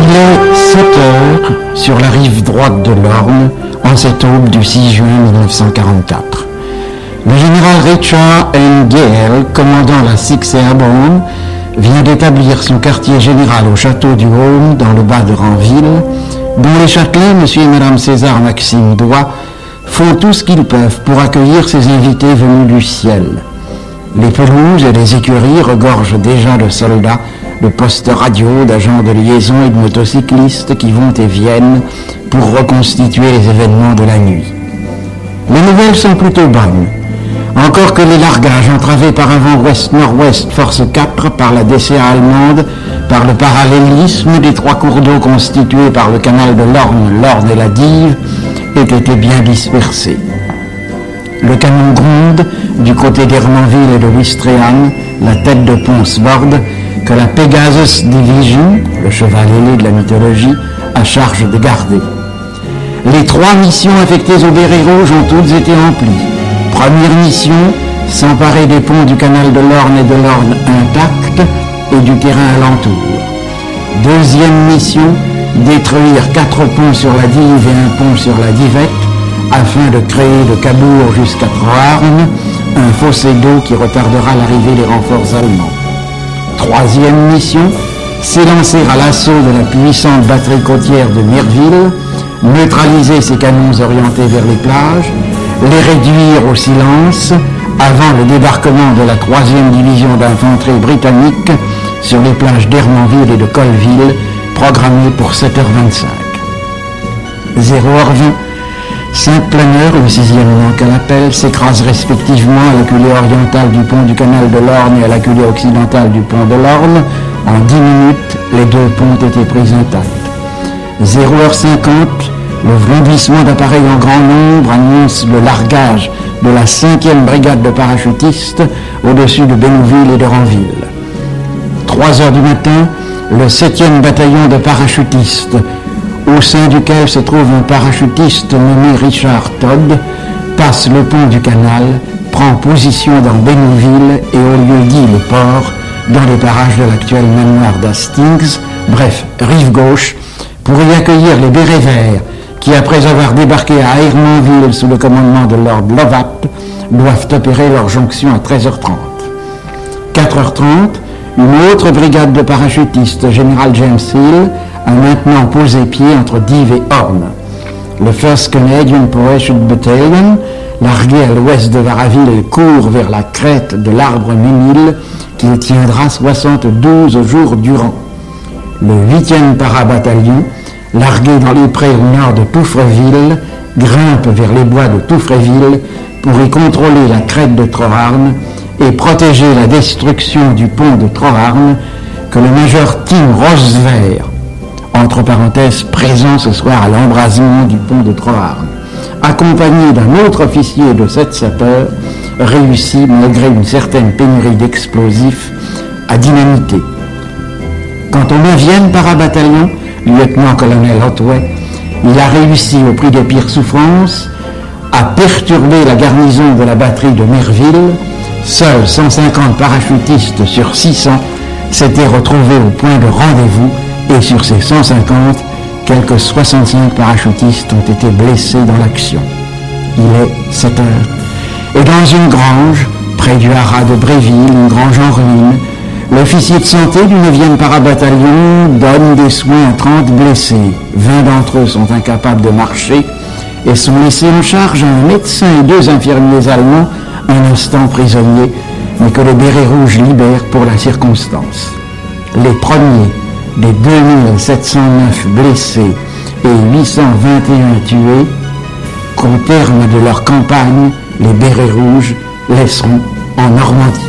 Il est 7 heures sur la rive droite de l'Orne, en cette aube du 6 juin 1944. Le général Richard N. Gale, commandant la 6th Airborne, vient d'établir son quartier général au château du Haume, dans le bas de Ranville, dont les châtelains, M. et Mme César Maxime Doigt, font tout ce qu'ils peuvent pour accueillir ces invités venus du ciel. Les pelouses et les écuries regorgent déjà de soldats, de postes radio, d'agents de liaison et de motocyclistes qui vont et viennent pour reconstituer les événements de la nuit. Les nouvelles sont plutôt bonnes. Encore que les largages entravés par un vent ouest-nord-ouest force 4 par la DCA allemande, par le parallélisme des 3 cours d'eau constitués par le canal de l'Orne et la Dive, aient été bien dispersés. Le canon gronde du côté d'Hermanville et de Ouistreham, la tête de Ponsborde, que la Pegasus Division, le cheval ailé de la mythologie, a charge de garder. Les 3 missions affectées au béret rouge ont toutes été remplies. Première mission, s'emparer des ponts du canal de l'Orne et de l'Orne intacts et du terrain alentour. Deuxième mission, détruire 4 ponts sur la Dive et un pont sur la Divette, afin de créer de Cabourg jusqu'à Troarn un fossé d'eau qui retardera l'arrivée des renforts allemands. Troisième mission, s'élancer à l'assaut de la puissante batterie côtière de Merville, neutraliser ses canons orientés vers les plages, les réduire au silence avant le débarquement de la 3e division d'infanterie britannique sur les plages d'Hermanville et de Colville, programmée pour 7h25. 0h20, 5 planeurs, le 6e manque à l'appel, s'écrasent respectivement à l'acculée orientale du pont du canal de l'Orne et à l'acculée occidentale du pont de l'Orne. En 10 minutes, les 2 ponts étaient pris intacts. 0h50, le vrondissement d'appareils en grand nombre annonce le largage de la 5e brigade de parachutistes au-dessus de Bénouville et de Ranville. 3h du matin, le 7e bataillon de parachutistes, au sein duquel se trouve un parachutiste nommé Richard Todd, passe le pont du canal, prend position dans Bénouville et au lieu dit le port, dans les parages de l'actuel manoir d'Hastings, bref, rive gauche, pour y accueillir les bérets verts qui, après avoir débarqué à Hermanville sous le commandement de Lord Lovat, doivent opérer leur jonction à 13h30. 4h30, une autre brigade de parachutistes, général James Hill, a maintenant posé pied entre Dives et Orne. Le 1st Canadian Parachute Battalion, largué à l'ouest de Varaville, court vers la crête de l'arbre Ménil, qu'il tiendra 72 jours durant. Le 8e Parabataillon, largué dans les prés au nord de Touffreville, grimpe vers les bois de Touffreville pour y contrôler la crête de Troarn et protéger la destruction du pont de Troarn que le major Tim Rosver, entre parenthèses présent ce soir à l'embrasement du pont de Troarn, accompagné d'un autre officier de 7 sapeurs, réussit, malgré une certaine pénurie d'explosifs, à dynamiter. Quant au 9e parabataillon, lieutenant-colonel Otway, il a réussi, au prix des pires souffrances, à perturber la garnison de la batterie de Merville. Seuls 150 parachutistes sur 600 s'étaient retrouvés au point de rendez-vous et sur ces 150, quelques 65 parachutistes ont été blessés dans l'action. Il est 7 heures. Et dans une grange, près du haras de Bréville, une grange en ruine, l'officier de santé du 9e parabataillon donne des soins à 30 blessés. 20 d'entre eux sont incapables de marcher et sont laissés en charge à un médecin et 2 infirmiers allemands, un instant prisonniers, mais que les bérets rouges libèrent pour la circonstance. Les premiers des 2709 blessés et 821 tués, qu'au terme de leur campagne, les bérets rouges laisseront en Normandie.